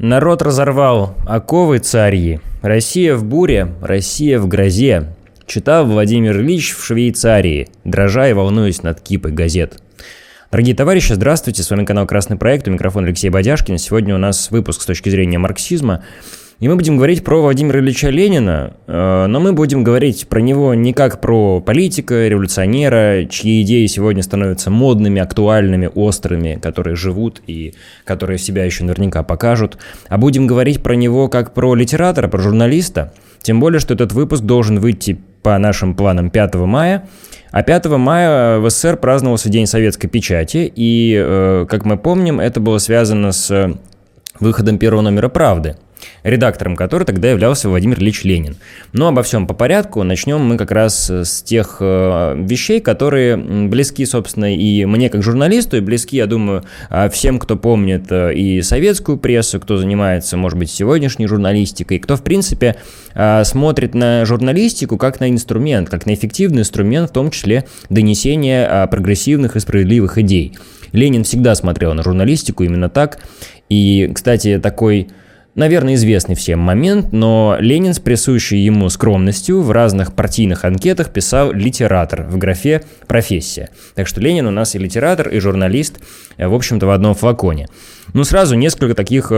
Народ разорвал оковы царьи. Россия в буре, Россия в грозе. Читал Владимир Ильич в Швейцарии, дрожа и волнуясь над кипой газет. Дорогие товарищи, здравствуйте, с вами канал «Красный проект», у микрофона Алексей Бодяшкин. Сегодня у нас выпуск с точки зрения марксизма. И мы будем говорить про Владимира Ильича Ленина, но мы будем говорить про него не как про политика, революционера, чьи идеи сегодня становятся модными, актуальными, острыми, которые живут и которые себя еще наверняка покажут, а будем говорить про него как про литератора, про журналиста, тем более, что этот выпуск должен выйти по нашим планам 5 мая, а 5 мая в СССР праздновался День советской печати, и, как мы помним, это было связано с выходом первого номера «Правды», редактором которой тогда являлся Владимир Ильич Ленин. Но обо всем по порядку. Начнем мы как раз с тех вещей, которые близки, собственно, и мне как журналисту, и близки, я думаю, всем, кто помнит и советскую прессу, кто занимается, может быть, сегодняшней журналистикой, кто, в принципе, смотрит на журналистику как на инструмент, как на эффективный инструмент, в том числе донесения прогрессивных и справедливых идей. Ленин всегда смотрел на журналистику именно так. И, кстати, такой, наверное, известный всем момент, но Ленин с присущей ему скромностью в разных партийных анкетах писал «литератор» в графе «профессия». Так что Ленин у нас и литератор, и журналист, в общем-то, в одном флаконе. Ну, сразу несколько таких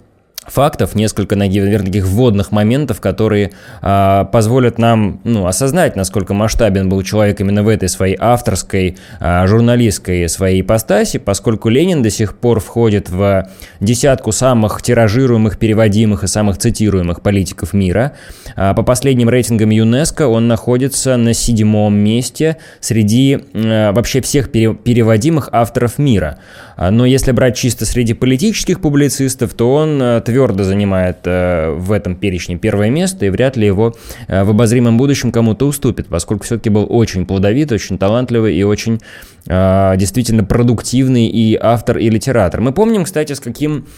фактов, несколько, наверное, таких вводных моментов, которые позволят нам осознать, насколько масштабен был человек именно в этой своей авторской, журналистской своей ипостаси, поскольку Ленин до сих пор входит в десятку самых тиражируемых, переводимых и самых цитируемых политиков мира. По последним рейтингам ЮНЕСКО он находится на 7-м месте среди вообще всех переводимых авторов мира. Но если брать чисто среди политических публицистов, то он твердо занимает в этом перечне первое место, и вряд ли его в обозримом будущем кому-то уступит, поскольку все-таки был очень плодовитый, очень талантливый и очень действительно продуктивный и автор, и литератор. Мы помним, кстати, с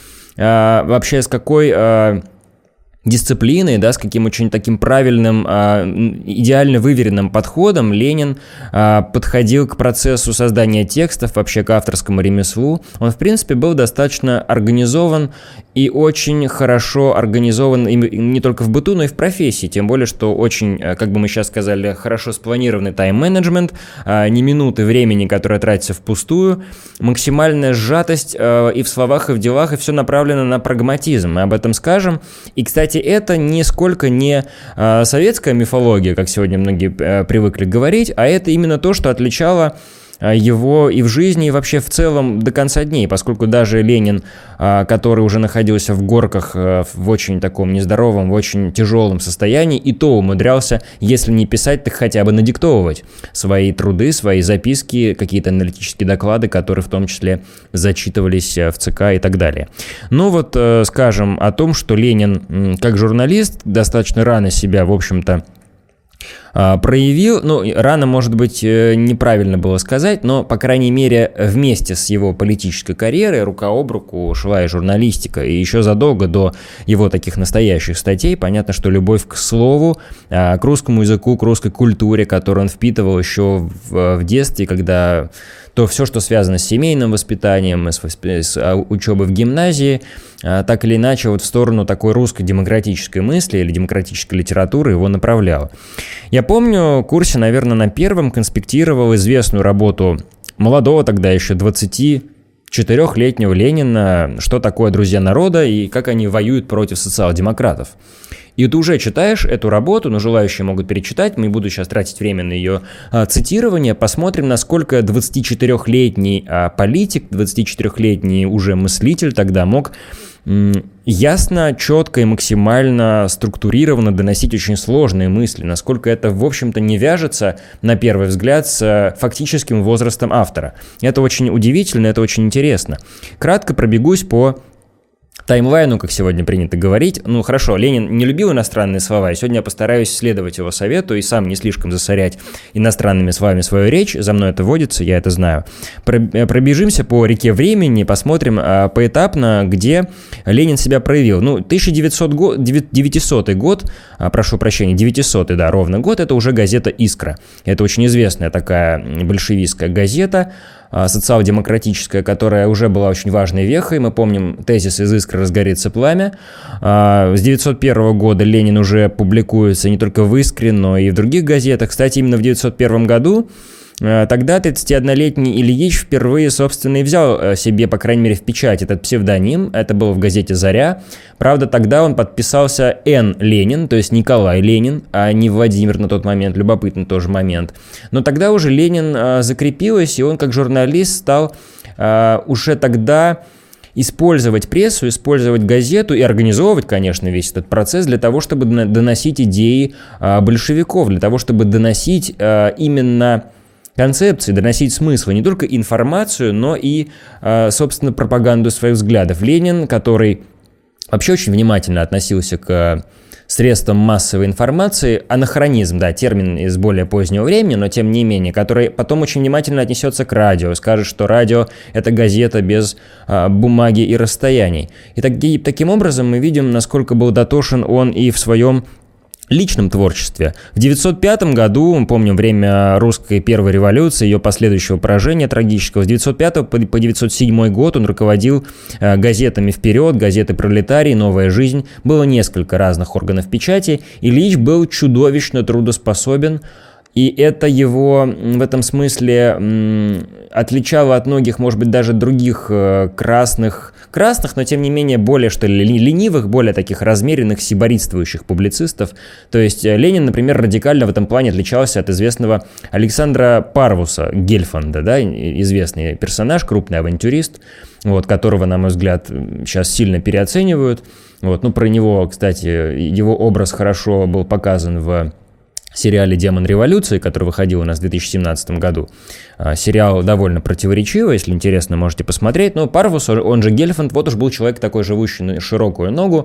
какой дисциплиной, с каким очень таким правильным, идеально выверенным подходом Ленин подходил к процессу создания текстов, вообще к авторскому ремеслу. Он, в принципе, был достаточно организован и очень хорошо организован не только в быту, но и в профессии, тем более, что очень, как бы мы сейчас сказали, хорошо спланированный тайм-менеджмент, не минуты времени, которое тратится впустую, максимальная сжатость и в словах, и в делах, и все направлено на прагматизм, мы об этом скажем. И, кстати, это нисколько не советская мифология, как сегодня многие привыкли говорить, а это именно то, что отличало его и в жизни, и вообще в целом до конца дней, поскольку даже Ленин, который уже находился в горках в очень таком нездоровом, в очень тяжелом состоянии, и то умудрялся, если не писать, так хотя бы надиктовывать свои труды, свои записки, какие-то аналитические доклады, которые в том числе зачитывались в ЦК и так далее. Ну вот, скажем о том, что Ленин, как журналист, достаточно рано себя, в общем-то, проявил, рано, может быть, неправильно было сказать, но, по крайней мере, вместе с его политической карьерой рука об руку шла и журналистика, и еще задолго до его таких настоящих статей понятно, что любовь к слову, к русскому языку, к русской культуре, которую он впитывал еще в детстве, когда то все, что связано с семейным воспитанием, с учебой в гимназии, так или иначе в сторону такой русской демократической мысли или демократической литературы его направляло. Я помню, в курсе, наверное, на первом конспектировал известную работу молодого тогда еще 24-летнего Ленина «Что такое друзья народа» и как они воюют против социал-демократов. И ты уже читаешь эту работу, но желающие могут перечитать, не буду сейчас тратить время на ее цитирование, посмотрим, насколько 24-летний политик, 24-летний уже мыслитель тогда мог ясно, четко и максимально структурированно доносить очень сложные мысли, насколько это, в общем-то, не вяжется, на первый взгляд, с фактическим возрастом автора. Это очень удивительно, это очень интересно. Кратко пробегусь по таймлайну, как сегодня принято говорить. Хорошо, Ленин не любил иностранные слова, и сегодня я постараюсь следовать его совету и сам не слишком засорять иностранными словами свою речь. За мной это водится, я это знаю. Пробежимся по реке времени, посмотрим поэтапно, где Ленин себя проявил. 1900 год, прошу прощения, 900-й, ровно год, это уже газета «Искра». Это очень известная такая большевистская газета. социал-демократическая, которая уже была очень важной вехой. Мы помним тезис «Из искры разгорится пламя». С 1901 года Ленин уже публикуется не только в «Искре», но и в других газетах. Кстати, именно в 1901 году тогда 31-летний Ильич впервые, собственно, и взял себе, по крайней мере, в печать этот псевдоним. Это было в газете «Заря». Правда, тогда он подписался Н. Ленин, то есть Николай Ленин, а не Владимир на тот момент. Любопытный тоже момент. Но тогда уже Ленин закрепилась, и он как журналист стал уже тогда использовать прессу, использовать газету и организовывать, конечно, весь этот процесс для того, чтобы доносить идеи большевиков, для того, чтобы доносить именно концепции, доносить смыслы, не только информацию, но и, собственно, пропаганду своих взглядов. Ленин, который вообще очень внимательно относился к средствам массовой информации, анахронизм, да, термин из более позднего времени, но тем не менее, который потом очень внимательно отнесется к радио, скажет, что радио — это газета без бумаги и расстояний. И таким образом мы видим, насколько был дотошен он и в своем личном творчестве. В 1905 году, мы помним время русской первой революции, ее последующего поражения трагического, с 1905 по 1907 год он руководил газетами «Вперед», газеты «Пролетарий», «Новая жизнь». Было несколько разных органов печати. Ильич был чудовищно трудоспособен, и это его в этом смысле отличало от многих, может быть, даже других красных, но тем не менее более, что ли, ленивых, более таких размеренных, сиборитствующих публицистов. То есть Ленин, например, радикально в этом плане отличался от известного Александра Парвуса Гельфанда, да, известный персонаж, крупный авантюрист, вот, которого, на мой взгляд, сейчас сильно переоценивают. Вот, ну, про него, кстати, его образ хорошо был показан в сериале «Демон революции», который выходил у нас в 2017 году. Сериал довольно противоречивый, если интересно, можете посмотреть. Но Парвус, он же Гельфанд, вот уж был человек такой, живущий на широкую ногу.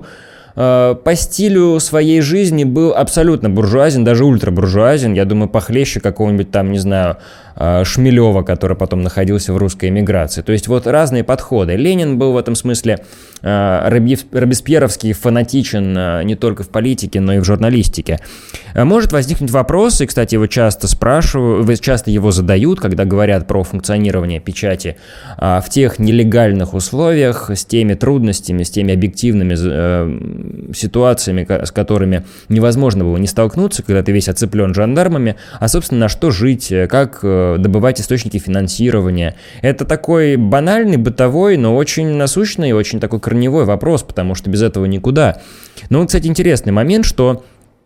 По стилю своей жизни был абсолютно буржуазен, даже ультрабуржуазен, я думаю, похлеще какого-нибудь там, не знаю, Шмелева, который потом находился в русской эмиграции. То есть вот разные подходы. Ленин был в этом смысле робеспьеровский, фанатичен не только в политике, но и в журналистике. Может возникнуть вопрос, и, кстати, его часто спрашивают, часто его задают, когда говорят про функционирование печати в тех нелегальных условиях, с теми трудностями, с теми объективными ситуациями, с которыми невозможно было не столкнуться, когда ты весь оцеплен жандармами, а, собственно, на что жить, как добывать источники финансирования. Это такой банальный, бытовой, но очень насущный, очень такой корневой вопрос, потому что без этого никуда. Но, кстати, интересный момент, что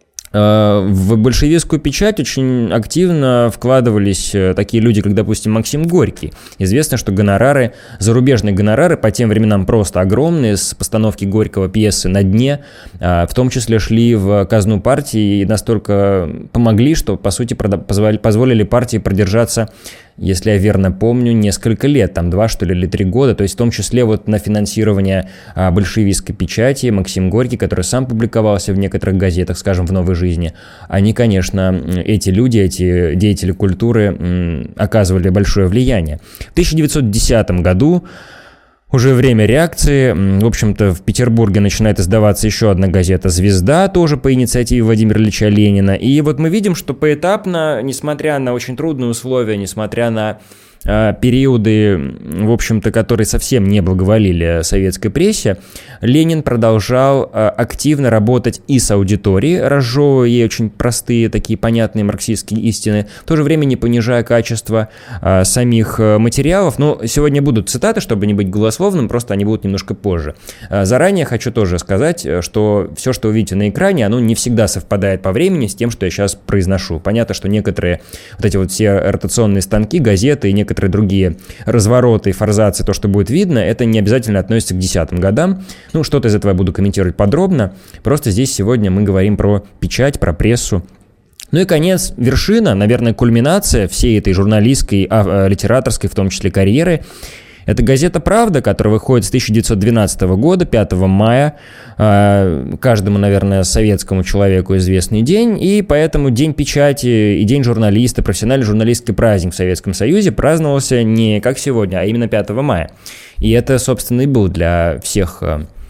в большевистскую печать очень активно вкладывались такие люди, как, допустим, Максим Горький. Известно, что гонорары, зарубежные гонорары по тем временам просто огромные, с постановки Горького пьесы «На дне», в том числе шли в казну партии и настолько помогли, что, по сути, позволили партии продержаться, если я верно помню, несколько лет, там 2, что ли, или 3 года, то есть в том числе вот на финансирование большевистской печати Максим Горький, который сам публиковался в некоторых газетах, скажем, в «Новой жизни», они, конечно, эти люди, эти деятели культуры оказывали большое влияние. В 1910 году уже время реакции. В общем-то, в Петербурге начинает издаваться еще одна газета «Звезда», тоже по инициативе Владимира Ильича Ленина. И вот мы видим, что поэтапно, несмотря на очень трудные условия, несмотря на периоды, в общем-то, которые совсем не благоволили советской прессе, Ленин продолжал активно работать и с аудиторией, разжевывая ей очень простые, такие понятные марксистские истины, в то же время не понижая качество самих материалов. Но сегодня будут цитаты, чтобы не быть голословным, просто они будут немножко позже. Заранее хочу тоже сказать, что все, что вы видите на экране, оно не всегда совпадает по времени с тем, что я сейчас произношу. Понятно, что некоторые вот эти вот все ротационные станки, газеты и некоторые другие развороты и форзации, то, что будет видно, это не обязательно относится к 10-м годам. Ну, что-то из этого я буду комментировать подробно. Просто здесь сегодня мы говорим про печать, про прессу. Ну и конец, вершина, наверное, кульминация всей этой журналистской, литераторской, в том числе, карьеры. Это газета «Правда», которая выходит с 1912 года, 5 мая, каждому, наверное, советскому человеку известный день, и поэтому День печати и День журналиста, профессиональный журналистский праздник в Советском Союзе праздновался не как сегодня, а именно 5 мая. И это, собственно, и был для всех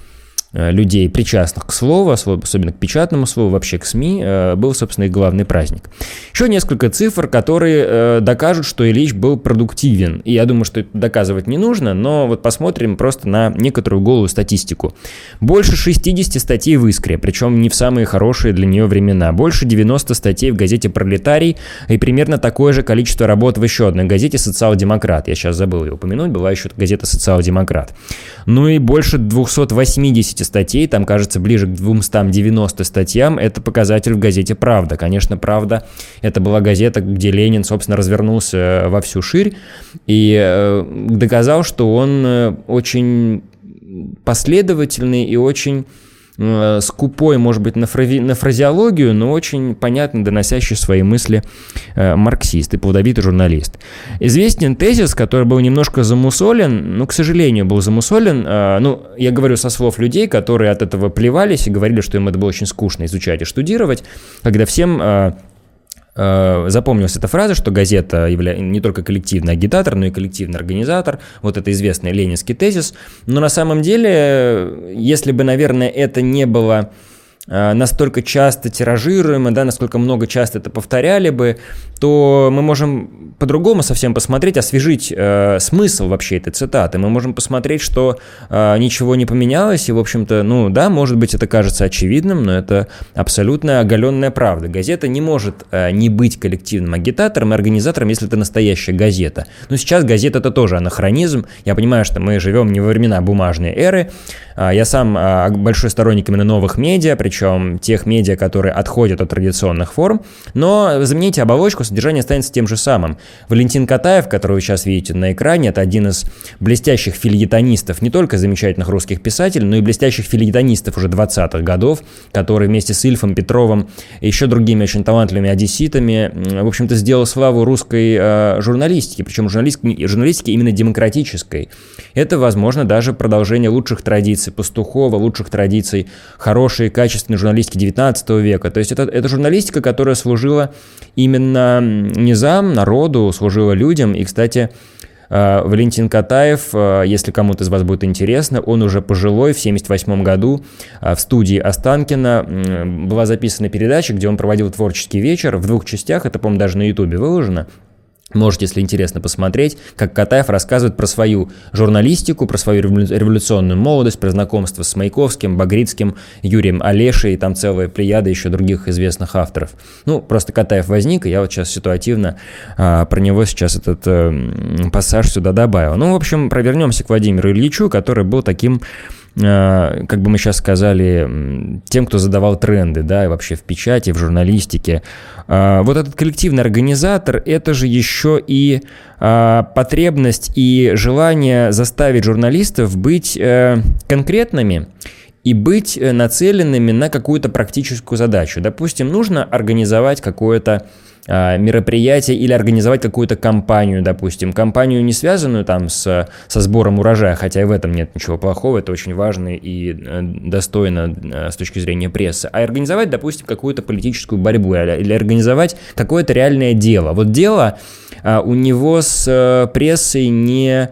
людей, причастных к слову, особенно к печатному слову, вообще к СМИ, был, собственно, их главный праздник. Еще несколько цифр, которые докажут, что Ильич был продуктивен. И я думаю, что это доказывать не нужно, но вот посмотрим просто на некоторую голую статистику. Больше 60 статей в «Искре», причем не в самые хорошие для нее времена. Больше 90 статей в газете «Пролетарий» и примерно такое же количество работ в еще одной газете «Социал-демократ». Я сейчас забыл ее упомянуть, была еще газета «Социал-демократ». Ну и больше 280 статей, там, кажется, ближе к 290 статьям, это показатель в газете «Правда». Конечно, «Правда» — это была газета, где Ленин, собственно, развернулся во всю ширь и доказал, что он очень последовательный и очень скупой, может быть, на фразеологию, но очень понятно доносящий свои мысли марксист и плодовитый журналист. Известен тезис, который был немножко замусолен, к сожалению, был замусолен, я говорю со слов людей, которые от этого плевались и говорили, что им это было очень скучно изучать и штудировать, когда всем запомнилась эта фраза, что газета является не только коллективный агитатор, но и коллективный организатор. Вот это известный ленинский тезис. Но на самом деле, если бы, наверное, это не было настолько часто тиражируемо, да, насколько много часто это повторяли бы, то мы можем по-другому совсем посмотреть, освежить смысл вообще этой цитаты. Мы можем посмотреть, что ничего не поменялось, и, в общем-то, может быть, это кажется очевидным, но это абсолютно оголенная правда. Газета не может не быть коллективным агитатором и организатором, если это настоящая газета. Но сейчас газета — это тоже анахронизм. Я понимаю, что мы живем не во времена бумажной эры. Я сам большой сторонник именно новых медиа, причем тех медиа, которые отходят от традиционных форм, но замените оболочку, содержание останется тем же самым. Валентин Катаев, которого вы сейчас видите на экране, это один из блестящих фельетонистов, не только замечательных русских писателей, но и блестящих фельетонистов уже 20-х годов, который вместе с Ильфом, Петровым и еще другими очень талантливыми одесситами, в общем-то, сделал славу русской журналистики, причем журналистики именно демократической. Это, возможно, даже продолжение лучших традиций Пастухова, лучших традиций хорошей, качественной журналистики 19 века. То есть это журналистика, которая служила именно низам, народу, служила людям. И, кстати, Валентин Катаев, если кому-то из вас будет интересно, он уже пожилой, в 1978 году в студии Останкина была записана передача, где он проводил творческий вечер в 2 частях, это, по-моему, даже на Ютубе выложено. Можете, если интересно, посмотреть, как Катаев рассказывает про свою журналистику, про свою революционную молодость, про знакомство с Маяковским, Багрицким, Юрием Олешей, и там целая плеяда еще других известных авторов. Просто Катаев возник, и я вот сейчас ситуативно про него сейчас этот пассаж сюда добавил. В общем, вернемся к Владимиру Ильичу, который был таким, как бы мы сейчас сказали, тем, кто задавал тренды, да, и вообще в печати, в журналистике. Вот этот коллективный организатор – это же еще и потребность и желание заставить журналистов быть конкретными и быть нацеленными на какую-то практическую задачу. Допустим, нужно организовать какое-то мероприятие или организовать какую-то кампанию, допустим, кампанию, не связанную там со сбором урожая, хотя и в этом нет ничего плохого, это очень важно и достойно с точки зрения прессы, а организовать, допустим, какую-то политическую борьбу или организовать какое-то реальное дело. Вот дело у него с прессой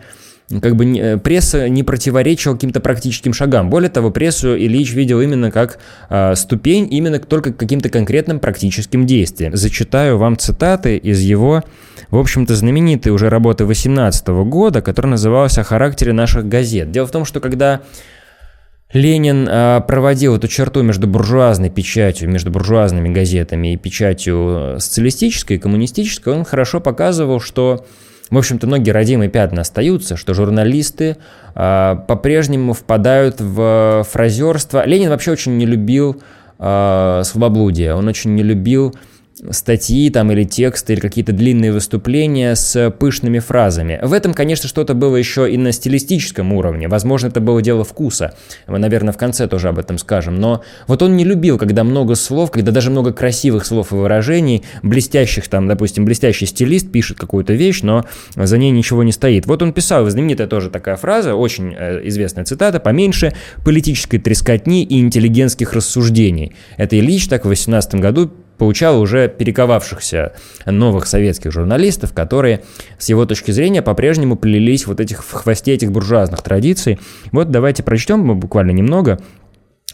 пресса не противоречила каким-то практическим шагам. Более того, прессу Ильич видел именно как ступень, именно только к каким-то конкретным практическим действиям. Зачитаю вам цитаты из его, в общем-то, знаменитой уже работы 18 года, которая называлась «О характере наших газет». Дело в том, что когда Ленин проводил эту черту между буржуазной печатью, между буржуазными газетами и печатью социалистической и коммунистической, он хорошо показывал, что в общем-то, многие родимые пятна остаются, что журналисты по-прежнему впадают в фразерство. Ленин вообще очень не любил словоблудие, он очень не любил статьи там, или тексты, или какие-то длинные выступления с пышными фразами. В этом, конечно, что-то было еще и на стилистическом уровне. Возможно, это было дело вкуса. Мы, наверное, в конце тоже об этом скажем. Но вот он не любил, когда много слов, когда даже много красивых слов и выражений, блестящих там, допустим, блестящий стилист пишет какую-то вещь, но за ней ничего не стоит. Вот он писал, знаменитая тоже такая фраза, очень известная цитата: «Поменьше политической трескотни и интеллигентских рассуждений». Это Ильич так в 18 году поучал уже перековавшихся новых советских журналистов, которые, с его точки зрения, по-прежнему плелись в хвосте этих буржуазных традиций. Вот давайте прочтем буквально немного.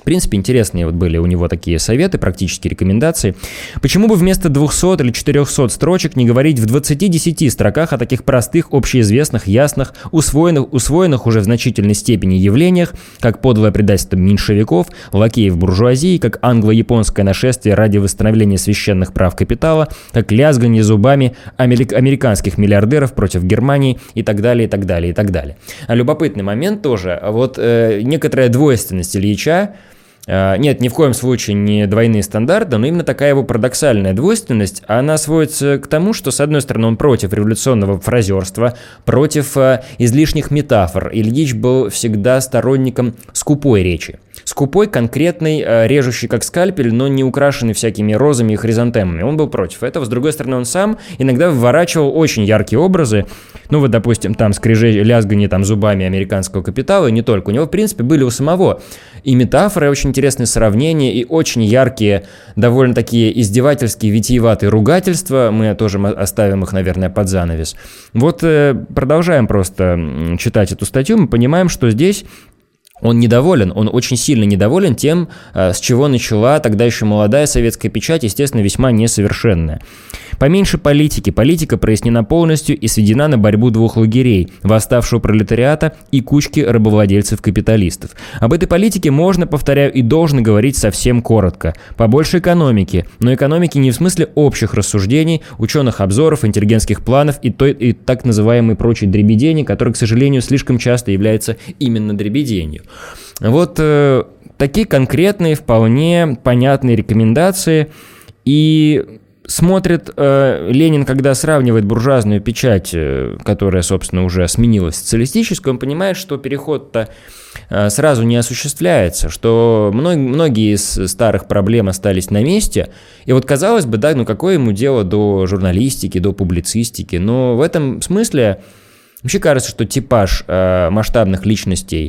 В принципе, интересные вот были у него такие советы, практические рекомендации. Почему бы вместо 200 или 400 строчек не говорить в 20-10 строках о таких простых, общеизвестных, ясных, усвоенных уже в значительной степени явлениях, как подлое предательство меньшевиков, лакеев буржуазии, как англо-японское нашествие ради восстановления священных прав капитала, как лязганье зубами американских миллиардеров против Германии и так далее, и так далее, и так далее. А любопытный момент тоже, вот некоторая двойственность Ильича. Нет, ни в коем случае не двойные стандарты, но именно такая его парадоксальная двойственность, она сводится к тому, что, с одной стороны, он против революционного фразерства, против излишних метафор. Ильич был всегда сторонником скупой речи. Скупой, конкретный, режущий как скальпель, но не украшенный всякими розами и хризантемами. Он был против этого. С другой стороны, он сам иногда вворачивал очень яркие образы. Ну вот, допустим, там лязганье там зубами американского капитала, и не только. У него, в принципе, были у самого и метафоры, и очень интересные сравнения, и очень яркие, довольно такие издевательские, витиеватые ругательства. Мы тоже оставим их, наверное, под занавес. Вот продолжаем просто читать эту статью. Мы понимаем, что здесь он недоволен, он очень сильно недоволен тем, с чего начала тогда еще молодая советская печать, естественно, весьма несовершенная. Поменьше политики. Политика прояснена полностью и сведена на борьбу двух лагерей – восставшего пролетариата и кучки рабовладельцев-капиталистов. Об этой политике можно, повторяю, и должно говорить совсем коротко. Побольше экономики, но экономики не в смысле общих рассуждений, ученых обзоров, интеллигентских планов и так называемой прочей дребедени, которая, к сожалению, слишком часто является именно дребеденью. Вот такие конкретные, вполне понятные рекомендации. И смотрит Ленин, когда сравнивает буржуазную печать, которая, собственно, уже сменилась социалистической, он понимает, что переход-то сразу не осуществляется, что многие из старых проблем остались на месте. И вот, казалось бы, да, ну какое ему дело до журналистики, до публицистики, но в этом смысле вообще кажется, что типаж масштабных личностей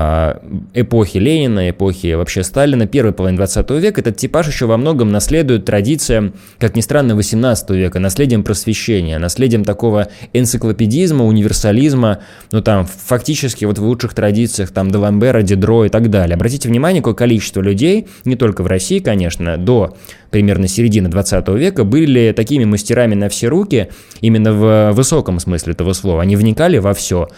эпохи Ленина, эпохи вообще Сталина, первой половины 20 века, этот типаж еще во многом наследует традициям, как ни странно, 18 века, наследием просвещения, наследием такого энциклопедизма, универсализма, ну там фактически вот в лучших традициях там Даламбера, Дидро и так далее. Обратите внимание, какое количество людей, не только в России, конечно, до примерно середины 20 века были такими мастерами на все руки, именно в высоком смысле этого слова. Они вникали во все.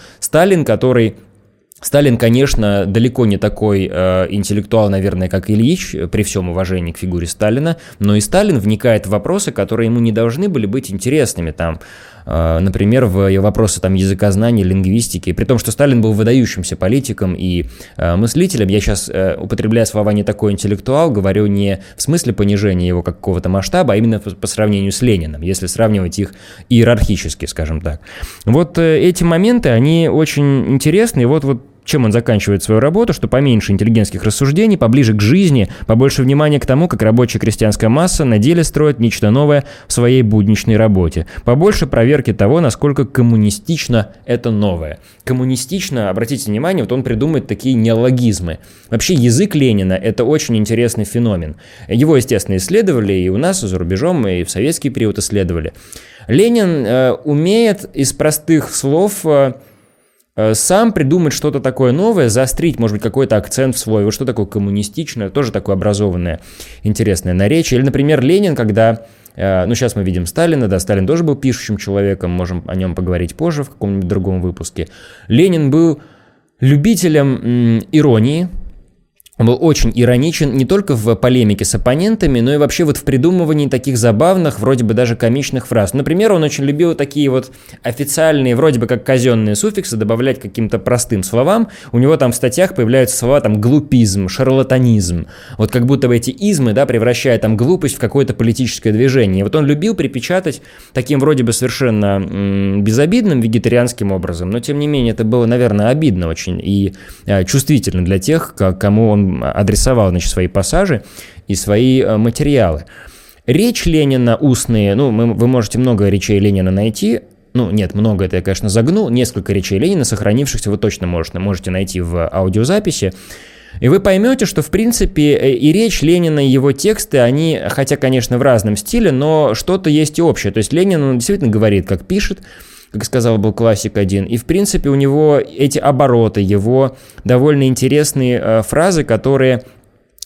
Сталин, конечно, далеко не такой интеллектуал, наверное, как Ильич, при всем уважении к фигуре Сталина, но и Сталин вникает в вопросы, которые ему не должны были быть интересными, там, например, в вопросы там, языкознания, лингвистики, при том, что Сталин был выдающимся политиком и мыслителем. Я сейчас, употребляя слова «не такой интеллектуал», говорю не в смысле понижения его какого-то масштаба, а именно по сравнению с Лениным, если сравнивать их иерархически, скажем так. Вот эти моменты, они очень интересны, и вот чем он заканчивает свою работу, что поменьше интеллигентских рассуждений, поближе к жизни, побольше внимания к тому, как рабочая крестьянская масса на деле строит нечто новое в своей будничной работе. Побольше проверки того, насколько коммунистично это новое. Коммунистично, обратите внимание, вот он придумает такие неологизмы. Вообще язык Ленина – это очень интересный феномен. Его, естественно, исследовали и у нас, и за рубежом, и в советский период исследовали. Ленин умеет из простых слов сам придумать что-то такое новое, заострить, может быть, какой-то акцент в слове. Вот что такое коммунистичное, тоже такое образованное, интересное наречие. Или, например, Ленин, когда, сейчас мы видим Сталина, да, Сталин тоже был пишущим человеком, можем о нем поговорить позже в каком-нибудь другом выпуске. Ленин был любителем иронии. Он был очень ироничен не только в полемике с оппонентами, но и вообще вот в придумывании таких забавных, вроде бы даже комичных фраз. Например, он очень любил такие вот официальные, вроде бы как казенные суффиксы добавлять к каким-то простым словам. У него там в статьях появляются слова там глупизм, шарлатанизм. Вот как будто бы эти измы, да, превращая там глупость в какое-то политическое движение. И вот он любил припечатать таким вроде бы совершенно безобидным вегетарианским образом, но тем не менее это было, наверное, обидно очень и чувствительно для тех, кому он адресовал, значит, свои пассажи и свои материалы. Речь Ленина устные, вы можете много речей Ленина найти, много, это я, конечно, загнул, несколько речей Ленина, сохранившихся, вы точно можете найти в аудиозаписи, и вы поймете, что, в принципе, и речь Ленина, и его тексты, они, хотя, конечно, в разном стиле, но что-то есть и общее, то есть Ленин, он действительно говорит, как пишет, как сказал был классик один. И, в принципе, у него эти обороты, его довольно интересные фразы, которые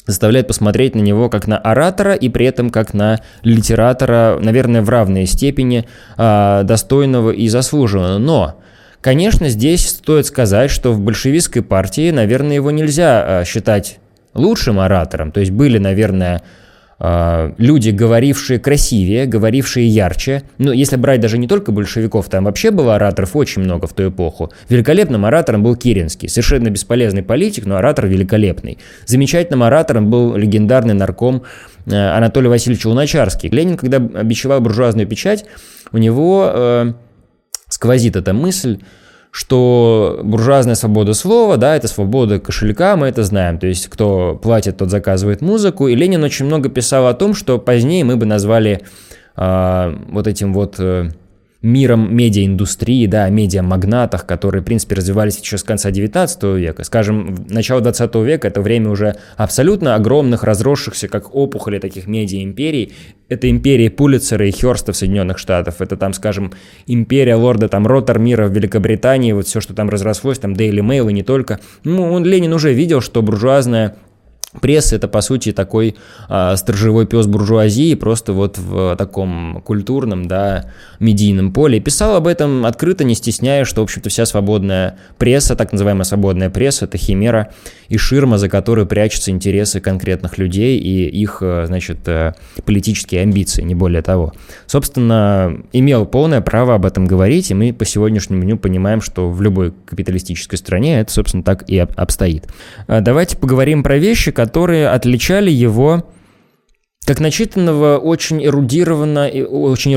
заставляет посмотреть на него как на оратора и при этом как на литератора, наверное, в равной степени достойного и заслуженного. Но, конечно, здесь стоит сказать, что в большевистской партии, наверное, его нельзя считать лучшим оратором. То есть были, наверное, люди, говорившие красивее, говорившие ярче. Ну, если брать даже не только большевиков, там вообще было ораторов очень много в ту эпоху. Великолепным оратором был Керенский. Совершенно бесполезный политик, но оратор великолепный. Замечательным оратором был легендарный нарком Анатолий Васильевич Луначарский. Ленин, когда обещал буржуазную печать, у него сквозит эта мысль, что буржуазная свобода слова, да, это свобода кошелька, мы это знаем, то есть кто платит, тот заказывает музыку, и Ленин очень много писал о том, что позднее мы бы назвали вот этим вот миром медиаиндустрии, да, медиамагнатах, которые, в принципе, развивались еще с конца 19 века. Скажем, начало 20 века – это время уже абсолютно огромных, разросшихся, как опухоли таких медиа-империй. Это империи Пулитцера и Хёрста в Соединенных Штатах, это там, скажем, империя лорда там Роттермира в Великобритании, вот все, что там разрослось, там Daily Mail и не только. Ну, Ленин уже видел, что буржуазная пресса – это, по сути, такой сторожевой пес буржуазии, просто вот в таком культурном, да, медийном поле. И писал об этом открыто, не стесняясь, что, в общем-то, вся свободная пресса, так называемая свободная пресса – это химера и ширма, за которой прячутся интересы конкретных людей и их, значит, политические амбиции, не более того. Собственно, имел полное право об этом говорить, и мы по сегодняшнему дню понимаем, что в любой капиталистической стране это, собственно, так и обстоит. Давайте поговорим про вещи, которые отличали его как начитанного, очень эрудированного и очень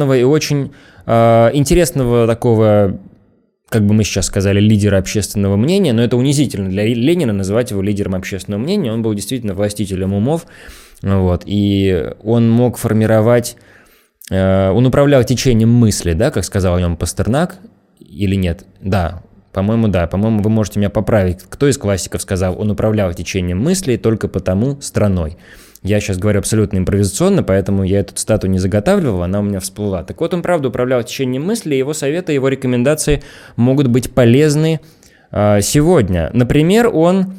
интересного такого, как бы мы сейчас сказали, лидера общественного мнения, но это унизительно для Ленина называть его лидером общественного мнения, он был действительно властителем умов, вот, и он мог формировать, он управлял течением мысли, да, как сказал о нем Пастернак, или нет, да, по-моему, вы можете меня поправить. Кто из классиков сказал, он управлял течением мыслей только потому страной. Я сейчас говорю абсолютно импровизационно, поэтому я эту цитату не заготавливал, она у меня всплыла. Так вот, он правда управлял течением мыслей, его советы, его рекомендации могут быть полезны сегодня. Например, он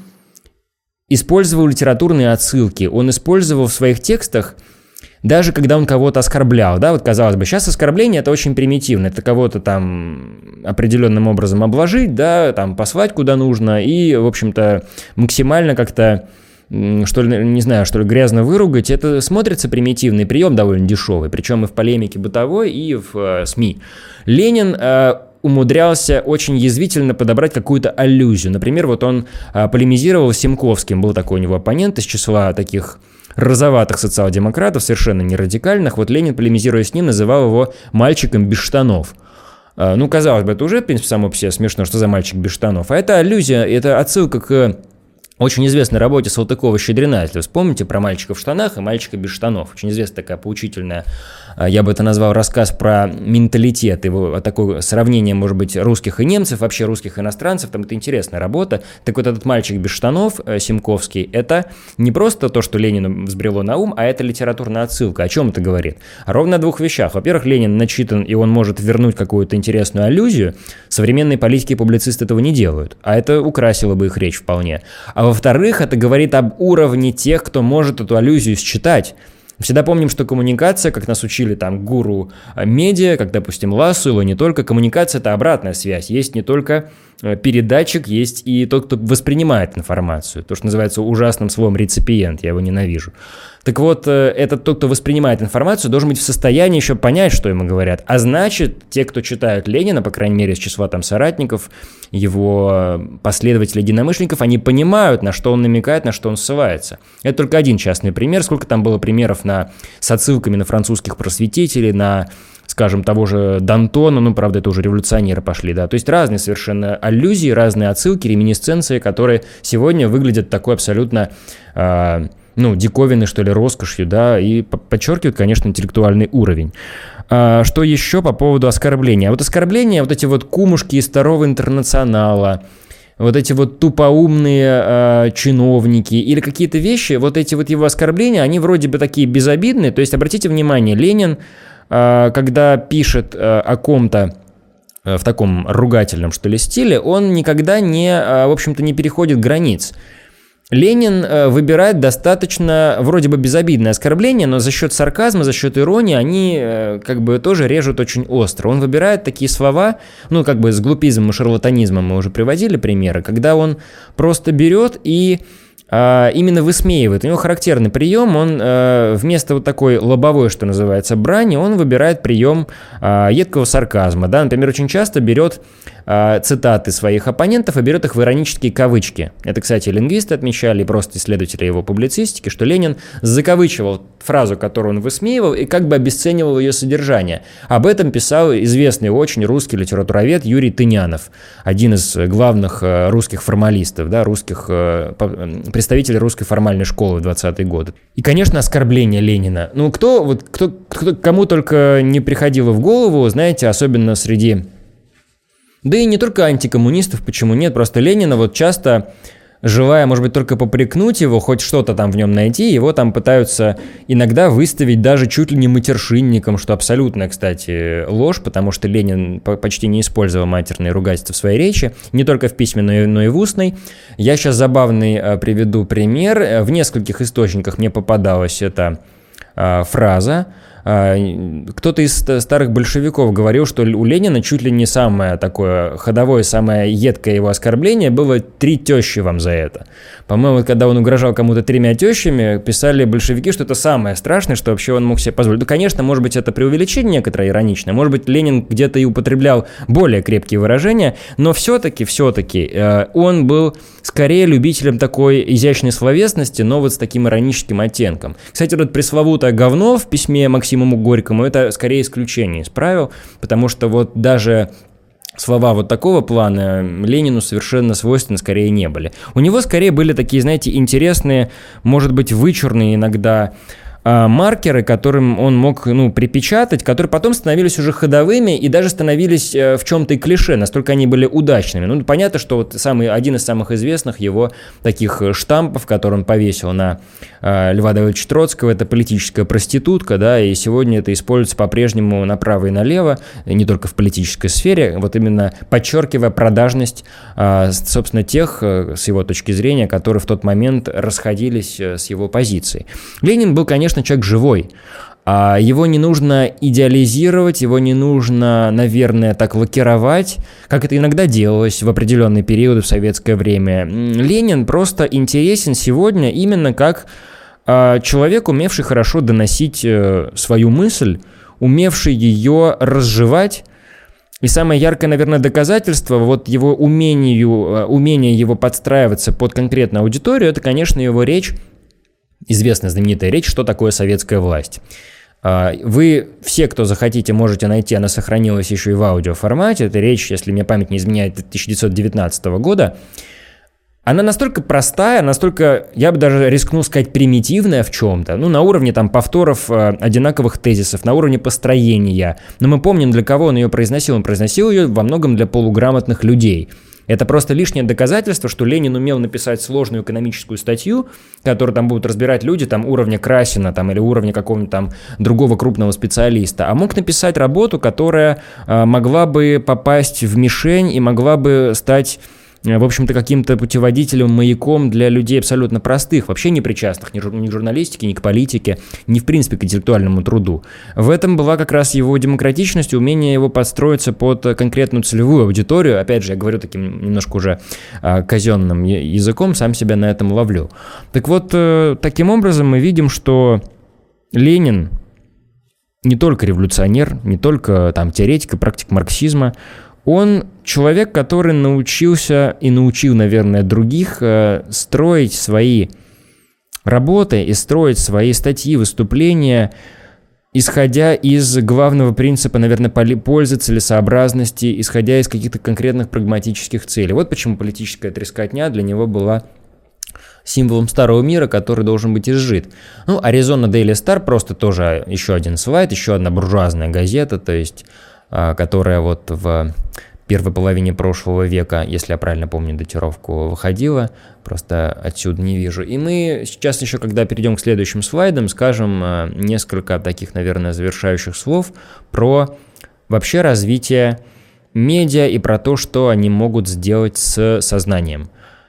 использовал литературные отсылки, он использовал в своих текстах, даже когда он кого-то оскорблял, да, вот казалось бы, сейчас оскорбление это очень примитивно, это кого-то там определенным образом обложить, да, там послать куда нужно и, в общем-то, максимально как-то, что ли, не знаю, что ли, грязно выругать, это смотрится примитивный прием, довольно дешевый, причем и в полемике бытовой, и в СМИ. Ленин умудрялся очень язвительно подобрать какую-то аллюзию. Например, вот он полемизировал с Семковским, был такой у него оппонент из числа таких розоватых социал-демократов, совершенно не радикальных. Вот Ленин, полемизируя с ним, называл его «мальчиком без штанов». Ну, казалось бы, это уже, в принципе, само по себе смешно, что за мальчик без штанов. А это аллюзия, это отсылка к очень известной работе Салтыкова-Щедрина, если вы вспомните, про мальчика в штанах и мальчика без штанов. Очень известная такая поучительная, я бы это назвал, рассказ про менталитет, его такое сравнение, может быть, русских и немцев, вообще русских и иностранцев, там это интересная работа. Так вот этот мальчик без штанов, Семковский, это не просто то, что Ленину взбрело на ум, а это литературная отсылка. О чем это говорит? Ровно о двух вещах. Во-первых, Ленин начитан, и он может вернуть какую-то интересную аллюзию. Современные политики и публицисты этого не делают, а это украсило бы их речь вполне. А во-вторых, это говорит об уровне тех, кто может эту аллюзию считать. Всегда помним, что коммуникация, как нас учили там гуру медиа, как, допустим, Лассу, не только коммуникация – это обратная связь. Есть не только передатчик, есть и тот, кто воспринимает информацию. То, что называется ужасным словом реципиент, я его ненавижу. Так вот, этот тот, кто воспринимает информацию, должен быть в состоянии еще понять, что ему говорят. А значит, те, кто читают Ленина, по крайней мере, из числа там соратников, его последователей, единомышленников, они понимают, на что он намекает, на что он ссылается. Это только один частный пример. Сколько там было примеров с отсылками на французских просветителей, на, скажем, того же Д'Антона, ну, правда, это уже революционеры пошли, да, то есть разные совершенно аллюзии, разные отсылки, реминисценции, которые сегодня выглядят такой абсолютно, диковинной, что ли, роскошью, да, и подчеркивают, конечно, интеллектуальный уровень. Что еще по поводу оскорбления? А вот оскорбления, вот эти вот кумушки из Второго Интернационала, вот эти вот тупоумные чиновники или какие-то вещи, вот эти вот его оскорбления, они вроде бы такие безобидные, то есть обратите внимание, Ленин, когда пишет о ком-то в таком ругательном, что ли, стиле, он никогда не, в общем-то, не переходит границ. Ленин выбирает достаточно вроде бы безобидное оскорбление, но за счет сарказма, за счет иронии они как бы тоже режут очень остро. Он выбирает такие слова, ну как бы с глупизмом и шарлатанизмом мы уже приводили примеры, когда он просто берет и именно высмеивает. У него характерный прием, он вместо вот такой лобовой, что называется, брани, он выбирает прием едкого сарказма. Да? Например, очень часто берет цитаты своих оппонентов и берет их в иронические кавычки. Это, кстати, лингвисты отмечали, и просто исследователи его публицистики, что Ленин закавычивал фразу, которую он высмеивал, и как бы обесценивал ее содержание. Об этом писал известный очень русский литературовед Юрий Тынянов, один из главных русских формалистов, да, представителей русской формальной школы в 20-е годы. И, конечно, оскорбление Ленина. Ну, кому только не приходило в голову, знаете, особенно среди... Да и не только антикоммунистов, почему нет, просто Ленина вот часто, желая, может быть, только попрекнуть его, хоть что-то там в нем найти, его там пытаются иногда выставить даже чуть ли не матершинником, что абсолютно, кстати, ложь, потому что Ленин почти не использовал матерные ругательства в своей речи, не только в письменной, но и в устной. Я сейчас забавный приведу пример. В нескольких источниках мне попадалась эта фраза. Кто-то из старых большевиков говорил, что у Ленина чуть ли не самое такое ходовое, самое едкое его оскорбление было 3 тещи вам за это. По-моему, когда он угрожал кому-то 3 тещами, писали большевики, что это самое страшное, что вообще он мог себе позволить. Ну, конечно, может быть, это преувеличение некоторое ироничное, может быть, Ленин где-то и употреблял более крепкие выражения, но все-таки он был скорее любителем такой изящной словесности, но вот с таким ироническим оттенком. Кстати, вот пресловутое говно в письме Максиму Горькому — это скорее исключение из правил, потому что вот даже слова вот такого плана Ленину совершенно свойственны скорее не были. У него скорее были такие, знаете, интересные, может быть, вычурные иногда маркеры, которым он мог припечатать, которые потом становились уже ходовыми и даже становились в чем-то и клише, настолько они были удачными. Ну, понятно, что вот один из самых известных его таких штампов, который он повесил на Льва Давыдовича Троцкого, это политическая проститутка, да, и сегодня это используется по-прежнему направо и налево, не только в политической сфере, вот именно подчеркивая продажность, собственно, тех, с его точки зрения, которые в тот момент расходились с его позицией. Ленин был, конечно, человек живой. Его не нужно идеализировать, его не нужно, наверное, так лакировать, как это иногда делалось в определенные периоды в советское время. Ленин просто интересен сегодня именно как человек, умевший хорошо доносить свою мысль, умевший ее разжевать. И самое яркое, наверное, доказательство вот его умение его подстраиваться под конкретную аудиторию, это, конечно, его речь, известная знаменитая речь «Что такое советская власть?». Вы все, кто захотите, можете найти, она сохранилась еще и в аудиоформате. Это речь, если мне память не изменяет, 1919 года. Она настолько простая, настолько, я бы даже рискнул сказать, примитивная в чем-то. Ну, на уровне там повторов одинаковых тезисов, на уровне построения. Но мы помним, для кого он ее произносил. Он произносил ее во многом для полуграмотных людей. Это просто лишнее доказательство, что Ленин умел написать сложную экономическую статью, которую там будут разбирать люди там, уровня Красина там, или уровня какого-нибудь там другого крупного специалиста, а мог написать работу, которая могла бы попасть в мишень и могла бы стать, в общем-то, каким-то путеводителем, маяком для людей абсолютно простых, вообще не причастных ни к журналистике, ни к политике, ни в принципе к интеллектуальному труду. В этом была как раз его демократичность, умение его подстроиться под конкретную целевую аудиторию. Опять же, я говорю таким немножко уже казенным языком, сам себя на этом ловлю. Так вот, таким образом мы видим, что Ленин не только революционер, не только там теоретик и практик марксизма, он человек, который научился и научил, наверное, других строить свои работы и строить свои статьи, выступления, исходя из главного принципа, наверное, пользы, целесообразности, исходя из каких-то конкретных прагматических целей. Вот почему политическая трескотня для него была символом старого мира, который должен быть изжит. Ну, Arizona Daily Star просто тоже еще один слайд, еще одна буржуазная газета, то есть которая вот в первой половине прошлого века, если я правильно помню датировку, выходила, просто отсюда не вижу. И мы сейчас еще, когда перейдем к следующим слайдам, скажем несколько таких, наверное, завершающих слов про вообще развитие медиа и про то, что они могут сделать с сознанием.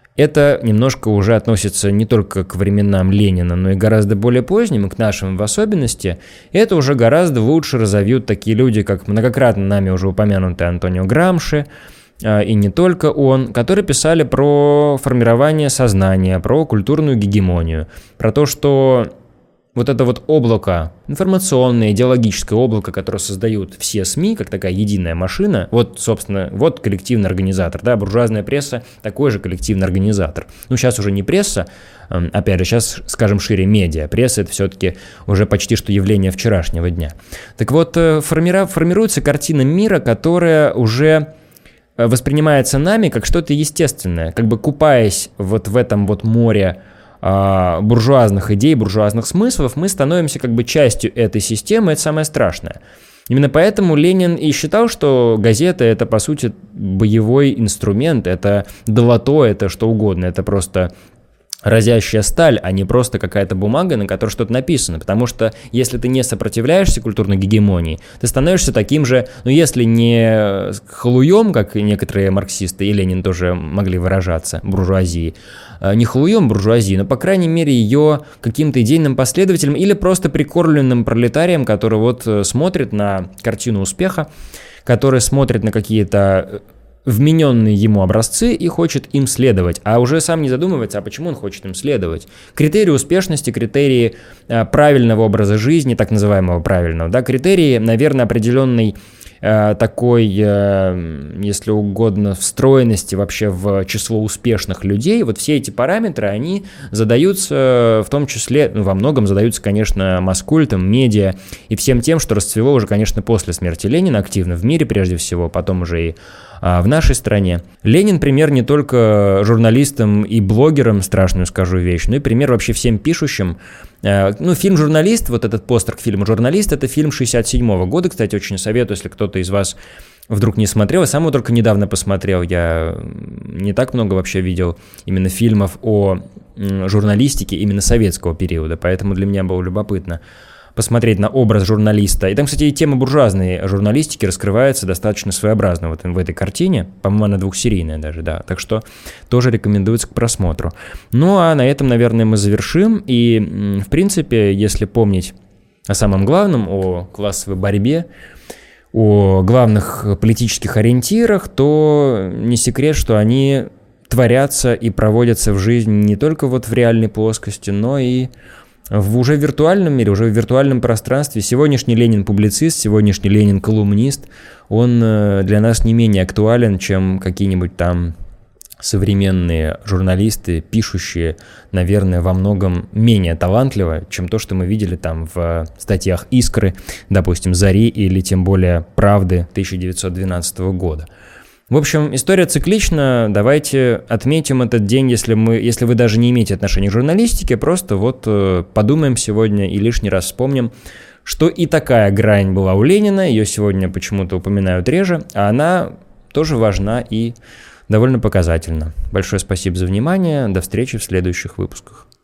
Это немножко уже относится не только к временам Ленина, но и гораздо более поздним, и к нашим в особенности. Это уже гораздо лучше разовьют такие люди, как многократно нами уже упомянутый Антонио Грамши, и не только он, которые писали про формирование сознания, про культурную гегемонию, про то, что вот это вот облако, информационное, идеологическое облако, которое создают все СМИ, как такая единая машина, вот, собственно, вот коллективный организатор, да, буржуазная пресса такой же коллективный организатор. Ну, сейчас уже не пресса, опять же, сейчас, скажем шире, медиа. Пресса — это все-таки уже почти что явление вчерашнего дня. Так вот, формируется картина мира, которая уже воспринимается нами как что-то естественное, как бы купаясь вот в этом вот море буржуазных идей, буржуазных смыслов, мы становимся как бы частью этой системы, это самое страшное. Именно поэтому Ленин и считал, что газета — это, по сути, боевой инструмент, это долото, это что угодно, это просто разящая сталь, а не просто какая-то бумага, на которой что-то написано. Потому что если ты не сопротивляешься культурной гегемонии, ты становишься таким же, ну если не халуем, как некоторые марксисты и Ленин тоже могли выражаться, буржуазии, не халуем буржуазии, но, по крайней мере, ее каким-то идейным последователем или просто прикормленным пролетарием, который вот смотрит на картину успеха, который смотрит на какие-то вмененные ему образцы и хочет им следовать, а уже сам не задумывается, а почему он хочет им следовать. Критерии успешности, критерии правильного образа жизни, так называемого правильного, да, критерии, наверное, определенной такой, если угодно, встроенности вообще в число успешных людей. Вот все эти параметры, они задаются в том числе, ну, во многом задаются, конечно, маскультом, медиа и всем тем, что расцвело уже, конечно, после смерти Ленина активно в мире прежде всего, потом уже и в нашей стране. Ленин пример не только журналистам и блогерам, страшную скажу вещь, но и пример вообще всем пишущим. Ну, фильм «Журналист», вот этот постер к фильму «Журналист», это фильм 1967 года, кстати, очень советую, если кто-то из вас вдруг не смотрел. Я сам его только недавно посмотрел, я не так много вообще видел именно фильмов о журналистике именно советского периода, поэтому для меня было любопытно посмотреть на образ журналиста. И там, кстати, и тема буржуазной журналистики раскрывается достаточно своеобразно вот в этой картине. По-моему, она двухсерийная даже, да. Так что тоже рекомендуется к просмотру. Ну, а на этом, наверное, мы завершим. И, в принципе, если помнить о самом главном, о классовой борьбе, о главных политических ориентирах, то не секрет, что они творятся и проводятся в жизни не только вот в реальной плоскости, но и в уже виртуальном мире, уже в виртуальном пространстве. Сегодняшний Ленин-публицист, сегодняшний Ленин-колумнист, он для нас не менее актуален, чем какие-нибудь там современные журналисты, пишущие, наверное, во многом менее талантливо, чем то, что мы видели там в статьях «Искры», допустим, «Зари» или тем более «Правды» 1912 года. В общем, история циклична, давайте отметим этот день, если вы даже не имеете отношения к журналистике, просто вот подумаем сегодня и лишний раз вспомним, что и такая грань была у Ленина, ее сегодня почему-то упоминают реже, а она тоже важна и довольно показательна. Большое спасибо за внимание, до встречи в следующих выпусках.